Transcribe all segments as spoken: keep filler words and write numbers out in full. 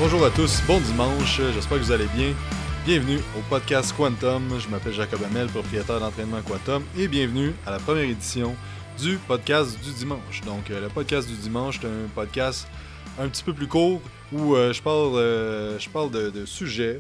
Bonjour à tous, bon dimanche, j'espère que vous allez bien. Bienvenue au podcast Quantum, je m'appelle Jacob Hamel, propriétaire d'entraînement Quantum, et bienvenue à la première édition du podcast du dimanche. Donc euh, le podcast du dimanche, c'est un podcast un petit peu plus court où euh, je parle, euh, je parle de, de sujets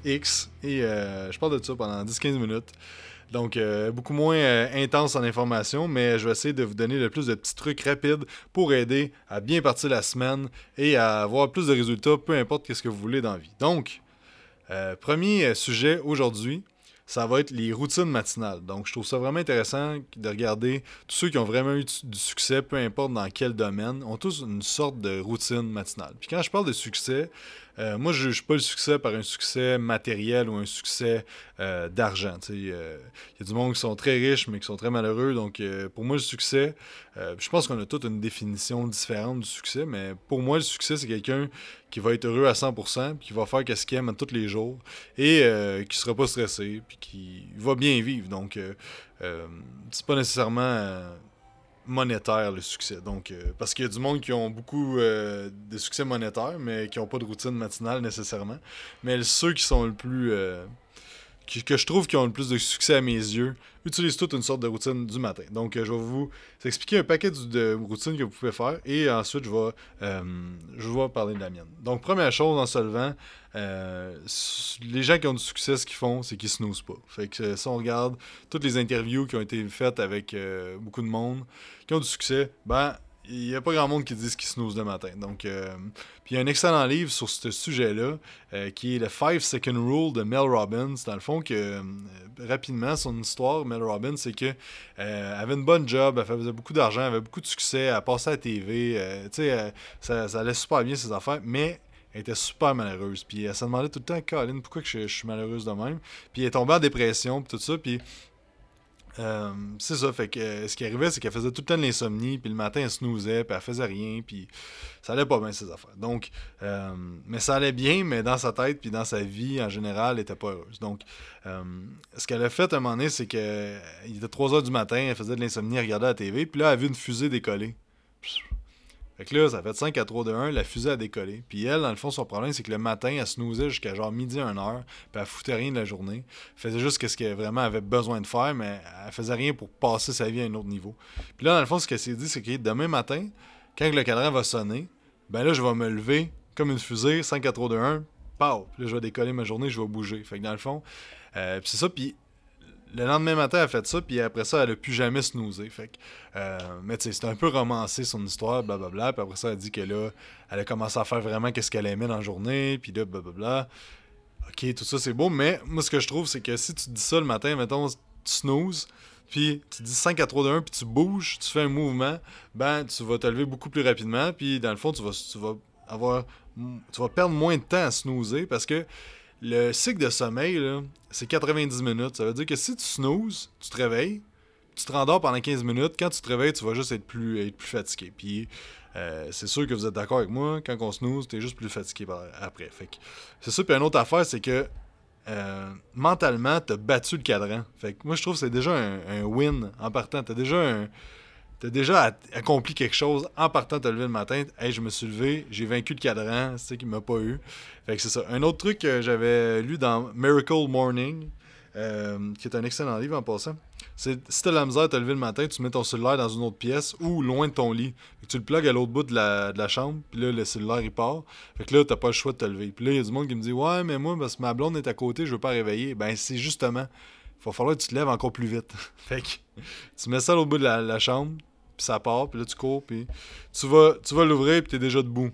X et euh, je parle de ça pendant dix à quinze minutes. Donc, euh, beaucoup moins euh, intense en information, mais je vais essayer de vous donner le plus de petits trucs rapides pour aider à bien partir la semaine et à avoir plus de résultats, peu importe ce que vous voulez dans la vie. Donc, euh, premier sujet aujourd'hui, ça va être les routines matinales. Donc, je trouve ça vraiment intéressant de regarder tous ceux qui ont vraiment eu du succès, peu importe dans quel domaine, ont tous une sorte de routine matinale. Puis quand je parle de succès, euh, moi, je ne juge pas le succès par un succès matériel ou un succès euh, d'argent. Il euh, y a du monde qui sont très riches, mais qui sont très malheureux. Donc, euh, pour moi, le succès, euh, je pense qu'on a toute une définition différente du succès, mais pour moi, le succès, c'est quelqu'un qui va être heureux à cent pour cent, puis qui va faire ce qu'il aime tous les jours, et euh, qui ne sera pas stressé, puis qui va bien vivre. Donc, euh, euh, c'est pas nécessairement euh, monétaire le succès. Donc, euh, parce qu'il y a du monde qui ont beaucoup euh, de succès monétaire, mais qui n'ont pas de routine matinale nécessairement. Mais ceux qui sont le plus... Euh, qui, que je trouve qui ont le plus de succès à mes yeux, utilisent toute une sorte de routine du matin. Donc, euh, je vais vous expliquer un paquet de routines que vous pouvez faire et ensuite, je vais, euh, je vais parler de la mienne. Donc, première chose en se levant, euh, les gens qui ont du succès, ce qu'ils font, c'est qu'ils snoozent pas. Fait que si on regarde toutes les interviews qui ont été faites avec euh, beaucoup de monde qui ont du succès, ben, il n'y a pas grand monde qui dit qu'ils snooze le matin. Donc, euh, puis il y a un excellent livre sur ce sujet-là, euh, qui est le five second Rule de Mel Robbins. Dans le fond, que euh, rapidement, son histoire, Mel Robbins, c'est que euh, avait une bonne job, elle faisait beaucoup d'argent, elle avait beaucoup de succès, elle passait à la T V, euh, tu sais, euh, ça, ça allait super bien ses affaires, mais elle était super malheureuse. Puis elle se demandait tout le temps, Colin, pourquoi que je, je suis malheureuse de même? Puis elle est tombée en dépression, puis tout ça, puis Euh, c'est ça, fait que euh, ce qui arrivait, c'est qu'elle faisait tout le temps de l'insomnie, puis le matin, elle snoozait, puis elle faisait rien, puis ça allait pas bien, ses affaires. Donc, euh, mais ça allait bien, mais dans sa tête, puis dans sa vie, en général, elle était pas heureuse. Donc, euh, ce qu'elle a fait à un moment donné, c'est que il était trois heures du matin, elle faisait de l'insomnie, elle regardait la T V, puis là, elle a vu une fusée décoller. Fait que là, ça fait cinq à trois de un, la fusée a décollé. Puis elle, dans le fond, son problème, c'est que le matin, elle snoozait jusqu'à genre midi à une heure, puis elle foutait rien de la journée. Elle faisait juste ce qu'elle vraiment avait besoin de faire, mais elle faisait rien pour passer sa vie à un autre niveau. Puis là, dans le fond, ce qu'elle s'est dit, c'est que demain matin, quand le cadran va sonner, ben là, je vais me lever comme une fusée, cinq à trois de un, pow! Puis là, je vais décoller ma journée, je vais bouger. Fait que dans le fond, euh, puis c'est ça, puis le lendemain matin, elle a fait ça, puis après ça, elle a plus jamais snoozé. Fait que, euh, mais tu sais, c'est un peu romancé son histoire, blablabla. Puis après ça, elle a dit que là, elle a commencé à faire vraiment qu'est-ce qu'elle aimait dans la journée, puis là, blablabla. Ok, tout ça, c'est beau, mais moi, ce que je trouve, c'est que si tu dis ça le matin, mettons, tu snoozes, puis tu dis cinq à trois de un, puis tu bouges, tu fais un mouvement, ben, tu vas te lever beaucoup plus rapidement, puis dans le fond, tu vas, tu vas avoir... Tu vas perdre moins de temps à snoozer, parce que le cycle de sommeil, là, c'est quatre-vingt-dix minutes. Ça veut dire que si tu snoozes, tu te réveilles, tu te rendors pendant quinze minutes. Quand tu te réveilles, tu vas juste être plus, être plus fatigué. Puis, euh, c'est sûr que vous êtes d'accord avec moi. Quand on snooze, t'es juste plus fatigué par, après. Fait que, c'est ça. Puis, une autre affaire, c'est que euh, mentalement, t'as battu le cadran. Fait que moi, je trouve que c'est déjà un, un win en partant. T'as déjà un... T'as déjà accompli quelque chose en partant de te lever le matin. Hey, je me suis levé, j'ai vaincu le cadran, c'est ça qui m'a pas eu. Fait que c'est ça. Un autre truc que j'avais lu dans Miracle Morning, euh, qui est un excellent livre en passant, c'est si t'as la misère à te lever le matin, tu mets ton cellulaire dans une autre pièce ou loin de ton lit. Fait que tu le plugues à l'autre bout de la, de la chambre, puis là, le cellulaire il part. Fait que là, t'as pas le choix de te lever. Puis là, il y a du monde qui me dit ouais, mais moi, parce que ma blonde est à côté, je veux pas réveiller. Ben, c'est justement, il va falloir que tu te lèves encore plus vite. Fait que tu mets ça à l'autre bout de la, la chambre, puis ça part, puis là tu cours, puis tu vas, tu vas l'ouvrir, puis t'es déjà debout.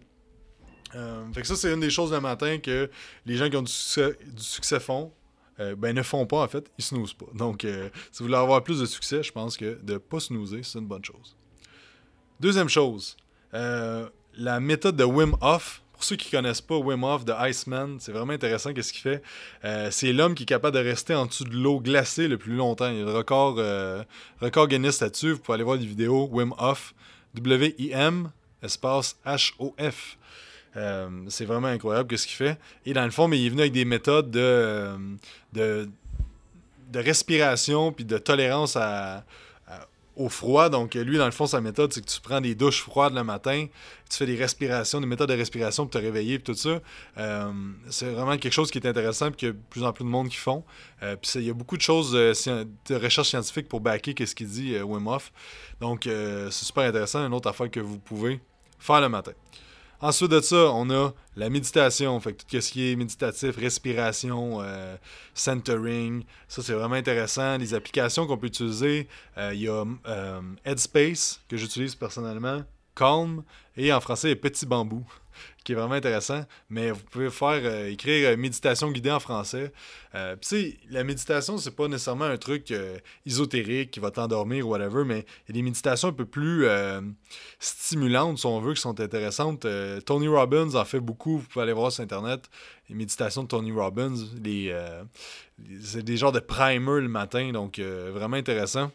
Euh, fait que ça, c'est une des choses le matin que les gens qui ont du succès, du succès font, euh, ben ne font pas en fait, ils snoozent pas. Donc, euh, si vous voulez avoir plus de succès, je pense que de pas snoozer, c'est une bonne chose. Deuxième chose, euh, la méthode de Wim Hof. Pour ceux qui connaissent pas Wim Hof de Iceman, c'est vraiment intéressant qu'est-ce qu'il fait. Euh, c'est l'homme qui est capable de rester en dessous de l'eau glacée le plus longtemps. Il y a le record, euh, record Guinness là-dessus. Vous pouvez aller voir des vidéos. Wim Hof, W I M, espace H O F. Euh, c'est vraiment incroyable ce qu'il fait. Et dans le fond, mais il est venu avec des méthodes de, de, de respiration puis de tolérance à, à au froid. Donc, lui, dans le fond, sa méthode, c'est que tu prends des douches froides le matin, tu fais des respirations, des méthodes de respiration pour te réveiller et tout ça. Euh, c'est vraiment quelque chose qui est intéressant et qu'il y a de plus en plus de monde qui font. Euh, puis il y a beaucoup de choses euh, de recherche scientifique pour backer qu'est-ce qu'il dit euh, Wim Hof. Donc, euh, c'est super intéressant. Une autre affaire que vous pouvez faire le matin. Ensuite de ça, on a la méditation, fait que tout ce qui est méditatif, respiration, euh, centering, ça c'est vraiment intéressant. Les applications qu'on peut utiliser, euh, il y a euh, Headspace, que j'utilise personnellement, Calm, et en français, il y a Petit Bambou, qui est vraiment intéressant. Mais vous pouvez faire euh, écrire euh, méditation guidée en français. Euh, Puis tu sais, la méditation, c'est pas nécessairement un truc euh, ésotérique qui va t'endormir ou whatever, mais il y a des méditations un peu plus euh, stimulantes, si on veut, qui sont intéressantes. Euh, Tony Robbins en fait beaucoup. Vous pouvez aller voir sur Internet les méditations de Tony Robbins. Les, euh, les, c'est des genres de primer le matin, donc euh, vraiment intéressant.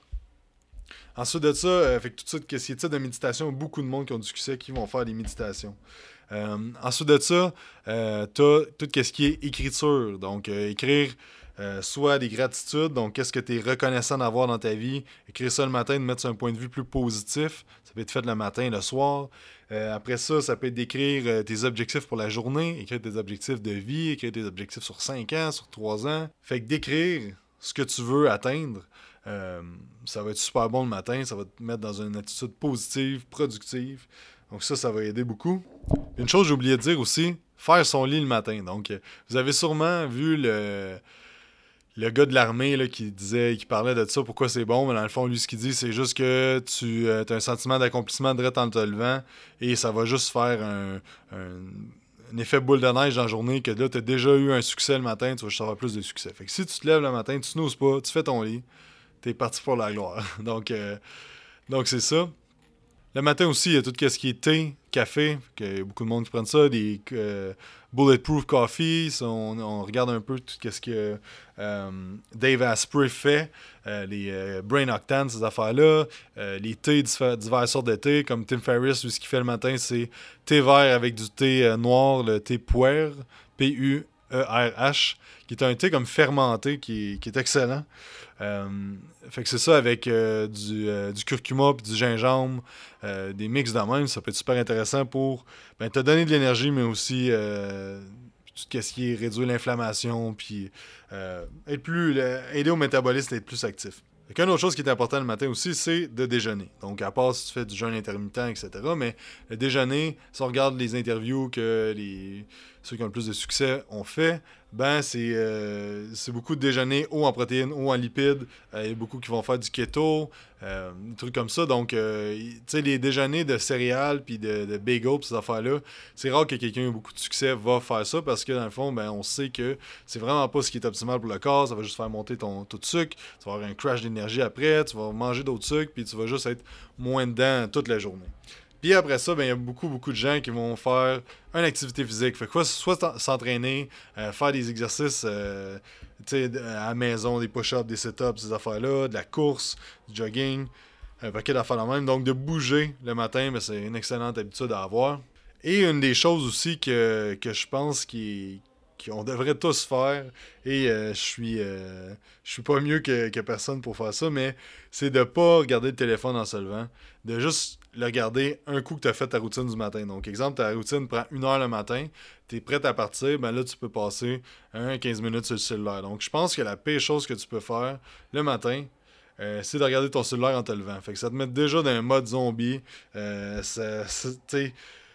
Ensuite de ça, euh, fait que tout ça, qu'est-ce qui est de méditation, beaucoup de monde qui ont du succès qui vont faire des méditations. Euh, ensuite de ça, euh, tu as tout ce qui est écriture. Donc, euh, écrire euh, soit des gratitudes, donc qu'est-ce que tu es reconnaissant d'avoir dans ta vie. Écrire ça le matin, de mettre sur un point de vue plus positif. Ça peut être fait le matin, le soir. Euh, après ça, ça peut être d'écrire euh, tes objectifs pour la journée, écrire tes objectifs de vie, écrire tes objectifs sur cinq ans, sur trois ans. Fait que d'écrire ce que tu veux atteindre, euh, ça va être super bon le matin, ça va te mettre dans une attitude positive, productive. Donc ça, ça va aider beaucoup. Une chose que j'ai oublié de dire aussi, faire son lit le matin. Donc, vous avez sûrement vu le, le gars de l'armée là, qui disait, qui parlait de ça, pourquoi c'est bon, mais dans le fond, lui, ce qu'il dit, c'est juste que tu euh, as un sentiment d'accomplissement direct en te levant et ça va juste faire un, un, un effet boule de neige dans la journée que là, tu as déjà eu un succès le matin, tu vas juste avoir plus de succès. Fait que si tu te lèves le matin, tu snoozes pas, tu fais ton lit, t'es parti pour la gloire. donc, euh, donc, c'est ça. Le matin aussi, il y a tout ce qui est thé, café, il y a beaucoup de monde qui prennent ça, des euh, Bulletproof Coffee, ça, on, on regarde un peu tout ce que euh, Dave Asprey fait, euh, les euh, Brain Octane, ces affaires-là, euh, les thés, divers, divers sortes de thé, comme Tim Ferriss, lui, ce qu'il fait le matin, c'est thé vert avec du thé euh, noir, le thé puer, P U E R H, qui est un thé comme fermenté, qui, qui est excellent. Euh, fait que c'est ça avec euh, du, euh, du curcuma puis du gingembre, euh, des mix de même, ça peut être super intéressant pour ben, te donner de l'énergie, mais aussi euh, tout ce qui est réduire l'inflammation puis euh, être plus le, aider au métabolisme et être plus actif. Fait une autre chose qui est importante le matin aussi, c'est de déjeuner. Donc, à part si tu fais du jeûne intermittent, et cetera. Mais le déjeuner, si on regarde les interviews que les ceux qui ont le plus de succès ont fait, ben c'est, euh, c'est beaucoup de déjeuner haut en protéines, haut en lipides. Il euh, y a beaucoup qui vont faire du keto, euh, des trucs comme ça. Donc, euh, tu sais, les déjeuners de céréales puis de, de bagels, ces affaires-là, c'est rare que quelqu'un ait beaucoup de succès va faire ça parce que, dans le fond, ben, on sait que c'est vraiment pas ce qui est optimal pour le corps. Ça va juste faire monter ton taux de sucre. Tu vas avoir un crash d'énergie après. Tu vas manger d'autres sucres puis tu vas juste être moins dedans toute la journée. Puis après ça, ben, il y a beaucoup, beaucoup de gens qui vont faire une activité physique. Fait que soit s'entraîner, euh, faire des exercices euh, à la maison, des push-ups, des sit-ups, ces affaires-là, de la course, du jogging, un paquet d'affaires la même. Donc de bouger le matin, ben, c'est une excellente habitude à avoir. Et une des choses aussi que, que je pense qui qu'on devrait tous faire, et euh, je suis euh, je suis pas mieux que, que personne pour faire ça, mais c'est de pas regarder le téléphone en se levant, de juste le regarder un coup que tu as fait ta routine du matin. Donc, exemple, ta routine prend une heure le matin, tu es prêt à partir, ben là, tu peux passer un à quinze minutes sur le cellulaire. Donc, je pense que la pire chose que tu peux faire le matin, euh, c'est de regarder ton cellulaire en te levant. Fait que ça te met déjà dans un mode zombie. Euh, ça, tu sais,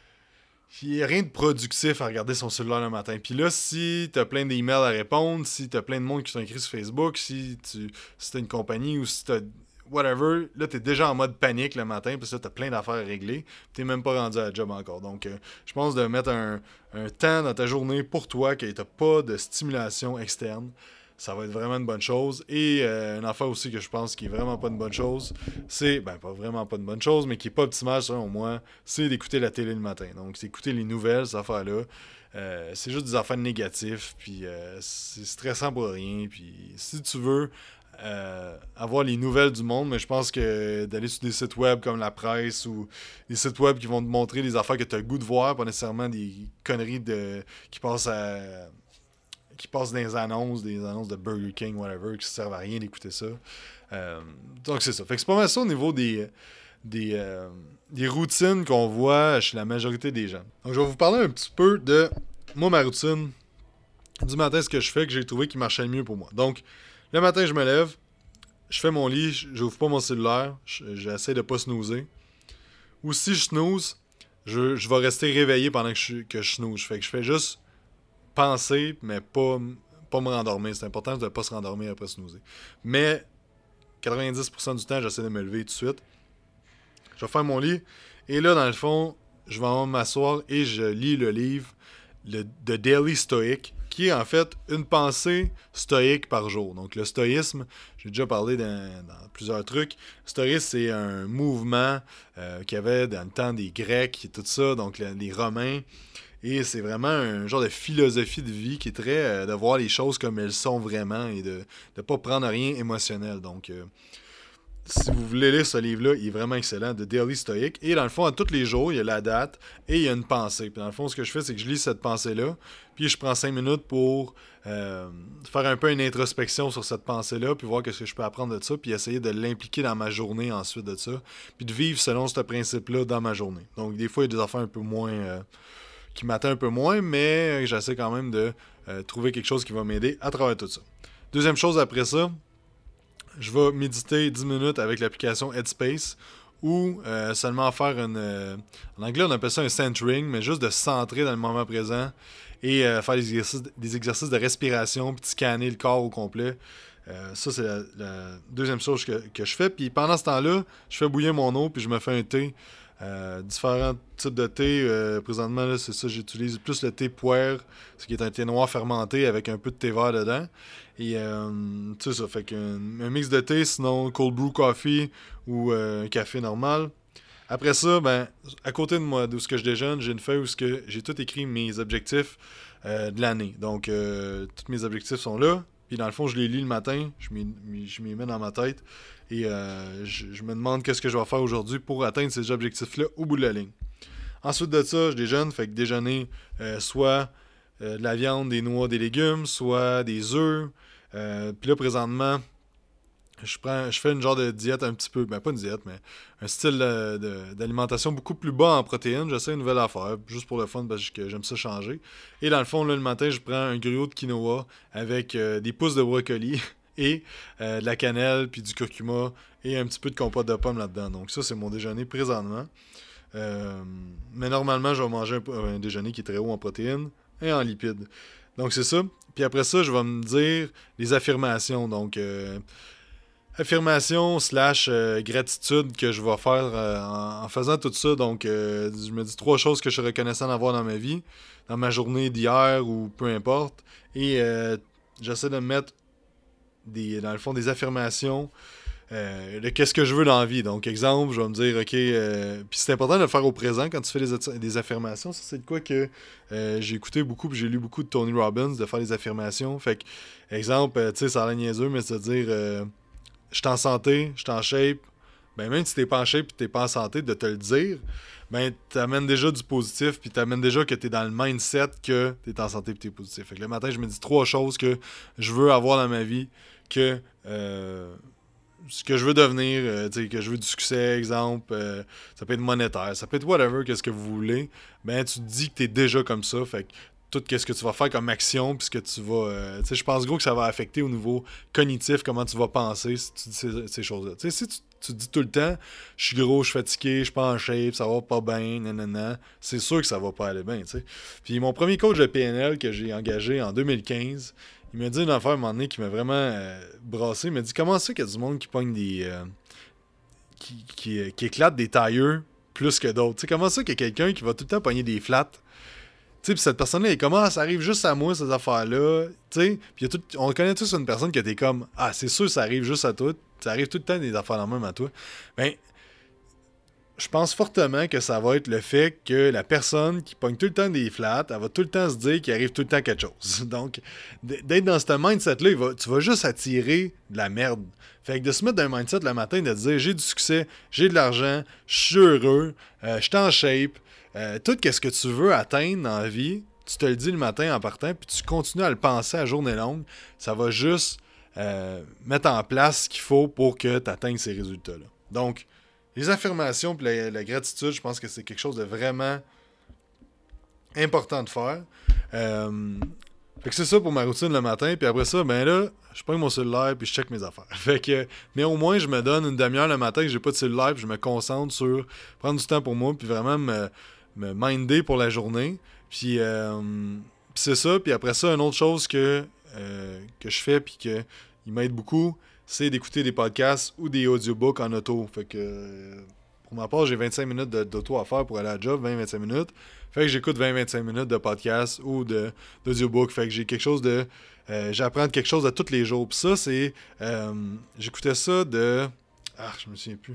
il n'y a rien de productif à regarder son cellulaire le matin. Puis là, si tu as plein d'emails à répondre, si tu as plein de monde qui sont écrits sur Facebook, si tu si as une compagnie ou si tu as whatever, là, tu es déjà en mode panique le matin, puis là, tu as plein d'affaires à régler, tu n'es même pas rendu à la job encore. Donc, euh, je pense de mettre un, un temps dans ta journée pour toi, que tu n'as pas de stimulation externe. Ça va être vraiment une bonne chose. Et euh, une affaire aussi que je pense qui est vraiment pas une bonne chose, c'est, ben pas vraiment pas une bonne chose, mais qui est pas optimale selon moi, c'est d'écouter la télé le matin. Donc, c'est écouter les nouvelles, ces affaires-là. Euh, c'est juste des affaires négatives, puis euh, c'est stressant pour rien. Puis si tu veux euh, avoir les nouvelles du monde, mais je pense que d'aller sur des sites web comme La Presse ou des sites web qui vont te montrer des affaires que tu as le goût de voir, pas nécessairement des conneries de qui passent à... qui passent dans les annonces, des annonces de Burger King, whatever, qui ne servent à rien d'écouter ça. Euh, donc c'est ça. Fait que c'est pas mal ça au niveau des, des, euh, des routines qu'on voit chez la majorité des gens. Donc je vais vous parler un petit peu de moi, ma routine du matin, ce que je fais, que j'ai trouvé qui marchait le mieux pour moi. Donc, le matin, je me lève, je fais mon lit, j'ouvre pas mon cellulaire, j'essaie de pas snoozer. Ou si je snooze, je, je vais rester réveillé pendant que je, que je snooze. Fait que je fais juste penser, mais pas, pas me rendormir. C'est important de ne pas se rendormir après snoozer. Mais quatre-vingt-dix pour cent du temps, j'essaie de me lever tout de suite. Je vais faire mon lit. Et là, dans le fond, je vais m'asseoir et je lis le livre le, The Daily Stoic, qui est en fait une pensée stoïque par jour. Donc le stoïsme, j'ai déjà parlé dans, dans plusieurs trucs. Le stoïsme, c'est un mouvement euh, qu'il y avait dans le temps des Grecs et tout ça, donc le, les Romains. Et c'est vraiment un genre de philosophie de vie qui est très euh, de voir les choses comme elles sont vraiment et de ne pas prendre rien émotionnel. Donc, euh, si vous voulez lire ce livre-là, il est vraiment excellent, The Daily Stoic. Et dans le fond, à tous les jours, il y a la date et il y a une pensée. Puis dans le fond, ce que je fais, c'est que je lis cette pensée-là, puis je prends cinq minutes pour euh, faire un peu une introspection sur cette pensée-là, puis voir ce que je peux apprendre de ça, puis essayer de l'impliquer dans ma journée ensuite de ça, puis de vivre selon ce principe-là dans ma journée. Donc des fois, il y a des affaires un peu moins... Euh, qui m'attendent un peu moins, mais j'essaie quand même de euh, trouver quelque chose qui va m'aider à travers tout ça. Deuxième chose après ça, je vais méditer dix minutes avec l'application Headspace ou euh, seulement faire une... Euh, en anglais, on appelle ça un centering, mais juste de se centrer dans le moment présent et euh, faire des exercices, des exercices de respiration puis de scanner le corps au complet. Euh, ça, c'est la, la deuxième chose que, que je fais. Puis pendant ce temps-là, je fais bouillir mon eau puis je me fais un thé. Euh, différents types de thé. Euh, présentement, là, c'est ça, j'utilise plus le thé puer, ce qui est un thé noir fermenté avec un peu de thé vert dedans. Et euh, tu sais ça, fait qu'un un mix de thé, sinon cold brew coffee ou euh, un café normal. Après ça, ben, à côté de moi, de ce que je déjeune, j'ai une feuille où que j'ai tout écrit mes objectifs euh, de l'année. Donc, euh, tous mes objectifs sont là. Puis dans le fond, je les lis le matin, je m'y mets dans ma tête et euh, je, je me demande qu'est-ce que je vais faire aujourd'hui pour atteindre ces objectifs-là au bout de la ligne. Ensuite de ça, je déjeune, fait que déjeuner euh, soit euh, de la viande, des noix, des légumes, soit des œufs. Euh, Puis là, présentement, je prends, je fais une genre de diète un petit peu, ben pas une diète, mais un style de, de, d'alimentation beaucoup plus bas en protéines. J'essaie une nouvelle affaire, juste pour le fun, parce que j'aime ça changer. Et dans le fond, là, le matin, je prends un gruau de quinoa avec euh, des pousses de brocoli et euh, de la cannelle, puis du curcuma et un petit peu de compote de pommes là-dedans. Donc ça, c'est mon déjeuner présentement. Euh, mais normalement, je vais manger un, un déjeuner qui est très haut en protéines et en lipides. Donc c'est ça. Puis après ça, je vais me dire les affirmations. Donc... Euh, affirmation slash euh, gratitude que je vais faire euh, en, en faisant tout ça. Donc, euh, je me dis trois choses que je suis reconnaissant d'avoir dans ma vie, dans ma journée d'hier ou peu importe. Et euh, j'essaie de mettre, des, dans le fond, des affirmations euh, de qu'est-ce que je veux dans la vie. Donc, exemple, je vais me dire, OK, euh, puis c'est important de le faire au présent quand tu fais des, des affirmations. Ça, c'est de quoi que euh, j'ai écouté beaucoup, puis j'ai lu beaucoup de Tony Robbins, de faire des affirmations. Fait que, exemple, euh, tu sais, ça a l'air niaiseux, mais c'est de dire... Euh, je suis en santé, je suis en shape, ben même si t'es pas en shape et t'es pas en santé, de te le dire, ben t'amènes déjà du positif puis t'amènes déjà que t'es dans le mindset que t'es en santé et t'es positif. Fait que le matin, je me dis trois choses que je veux avoir dans ma vie, que euh, ce que je veux devenir, euh, tu sais, que je veux du succès, exemple, euh, ça peut être monétaire, ça peut être whatever, qu'est-ce que vous voulez, ben tu te dis que t'es déjà comme ça, fait que tout ce que tu vas faire comme action, puis ce que tu vas... Euh, tu sais, je pense gros que ça va affecter au niveau cognitif, comment tu vas penser si tu dis ces, ces choses-là. Tu sais, si tu, tu dis tout le temps, je suis gros, je suis fatigué, je suis pas en shape, ça va pas bien, nanana, c'est sûr que ça va pas aller bien, tu sais. Puis mon premier coach de P N L que j'ai engagé en deux mille quinze, il m'a dit une affaire à un moment donné qui m'a vraiment euh, brassé. Il m'a dit, comment ça qu'il y a du monde qui pogne des... Euh, qui, qui, qui éclate des tailleurs plus que d'autres? Tu sais, comment ça qu'il y a quelqu'un qui va tout le temps pogner des flats? Tu sais, pis cette personne-là, elle est comme, ah, ça arrive juste à moi, ces affaires-là. Tu sais, pis tout, on connaît tous une personne que t'es comme, ah, c'est sûr, ça arrive juste à toi. Ça arrive tout le temps des affaires la même à toi. Ben, je pense fortement que ça va être le fait que la personne qui pogne tout le temps des flats, elle va tout le temps se dire qu'il arrive tout le temps quelque chose. Donc, d'être dans ce mindset-là, il va, tu vas juste attirer de la merde. Fait que de se mettre dans un mindset le matin, de dire, j'ai du succès, j'ai de l'argent, je suis heureux, euh, je suis en shape. Euh, tout ce que tu veux atteindre dans la vie, tu te le dis le matin en partant, puis tu continues à le penser à journée longue, ça va juste euh, mettre en place ce qu'il faut pour que tu atteignes ces résultats-là. Donc, les affirmations et la, la gratitude, je pense que c'est quelque chose de vraiment important de faire. Euh, fait que c'est ça pour ma routine le matin, puis après ça, ben là, je prends mon cellulaire puis je check mes affaires. Fait que, mais au moins, je me donne une demi-heure le matin que j'ai pas de cellulaire, puis je me concentre sur prendre du temps pour moi, puis vraiment me, me minder pour la journée. Puis, euh, puis c'est ça, puis après ça, une autre chose que, euh, que je fais, puis que il m'aide beaucoup, c'est d'écouter des podcasts ou des audiobooks en auto. Fait que, euh, pour ma part, j'ai vingt-cinq minutes de, d'auto à faire pour aller à la job, vingt à vingt-cinq minutes. Fait que j'écoute vingt à vingt-cinq minutes de podcast ou de, d'audiobook. Fait que j'ai quelque chose de... Euh, j'apprends quelque chose à tous les jours. Puis ça, c'est... Euh, j'écoutais ça de... Ah, je me souviens plus.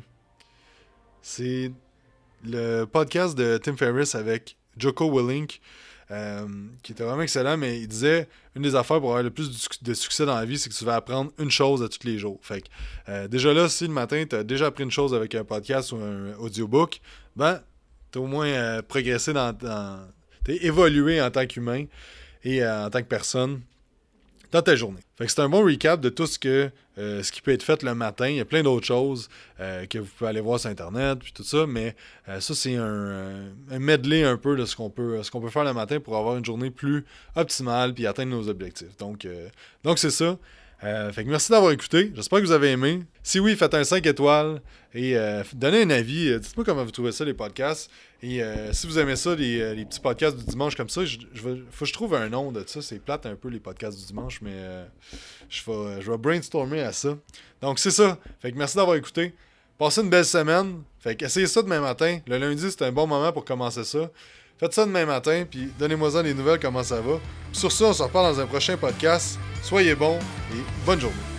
C'est le podcast de Tim Ferriss avec Jocko Willink, euh, qui était vraiment excellent, mais il disait une des affaires pour avoir le plus de succès dans la vie, c'est que tu vas apprendre une chose à tous les jours. Fait que euh, déjà là, si le matin, tu as déjà appris une chose avec un podcast ou un audiobook, ben, tu as au moins euh, progressé dans... dans tu es évolué en tant qu'humain et euh, en tant que personne dans ta journée. Fait que c'est un bon recap de tout ce que euh, ce qui peut être fait le matin. Il y a plein d'autres choses euh, que vous pouvez aller voir sur Internet puis tout ça, mais euh, ça, c'est un, un medley un peu de ce qu'on peut, ce qu'on peut faire le matin pour avoir une journée plus optimale puis atteindre nos objectifs. Donc, euh, donc c'est ça. Euh, fait que merci d'avoir écouté. J'espère que vous avez aimé. Si oui, faites un cinq étoiles et euh, donnez un avis. Euh, dites-moi comment vous trouvez ça, les podcasts. Et euh, si vous aimez ça, les, les petits podcasts du dimanche comme ça, je, je vais, faut que je trouve un nom de ça. C'est plate un peu, les podcasts du dimanche, mais euh, je, vais, je vais brainstormer à ça. Donc, c'est ça. Fait que merci d'avoir écouté. Passez une belle semaine. Fait que essayez ça demain matin. Le lundi, c'est un bon moment pour commencer ça. Faites ça demain matin, puis donnez-moi-en des nouvelles, comment ça va. Puis sur ça, on se reparle dans un prochain podcast. Soyez bons et bonne journée.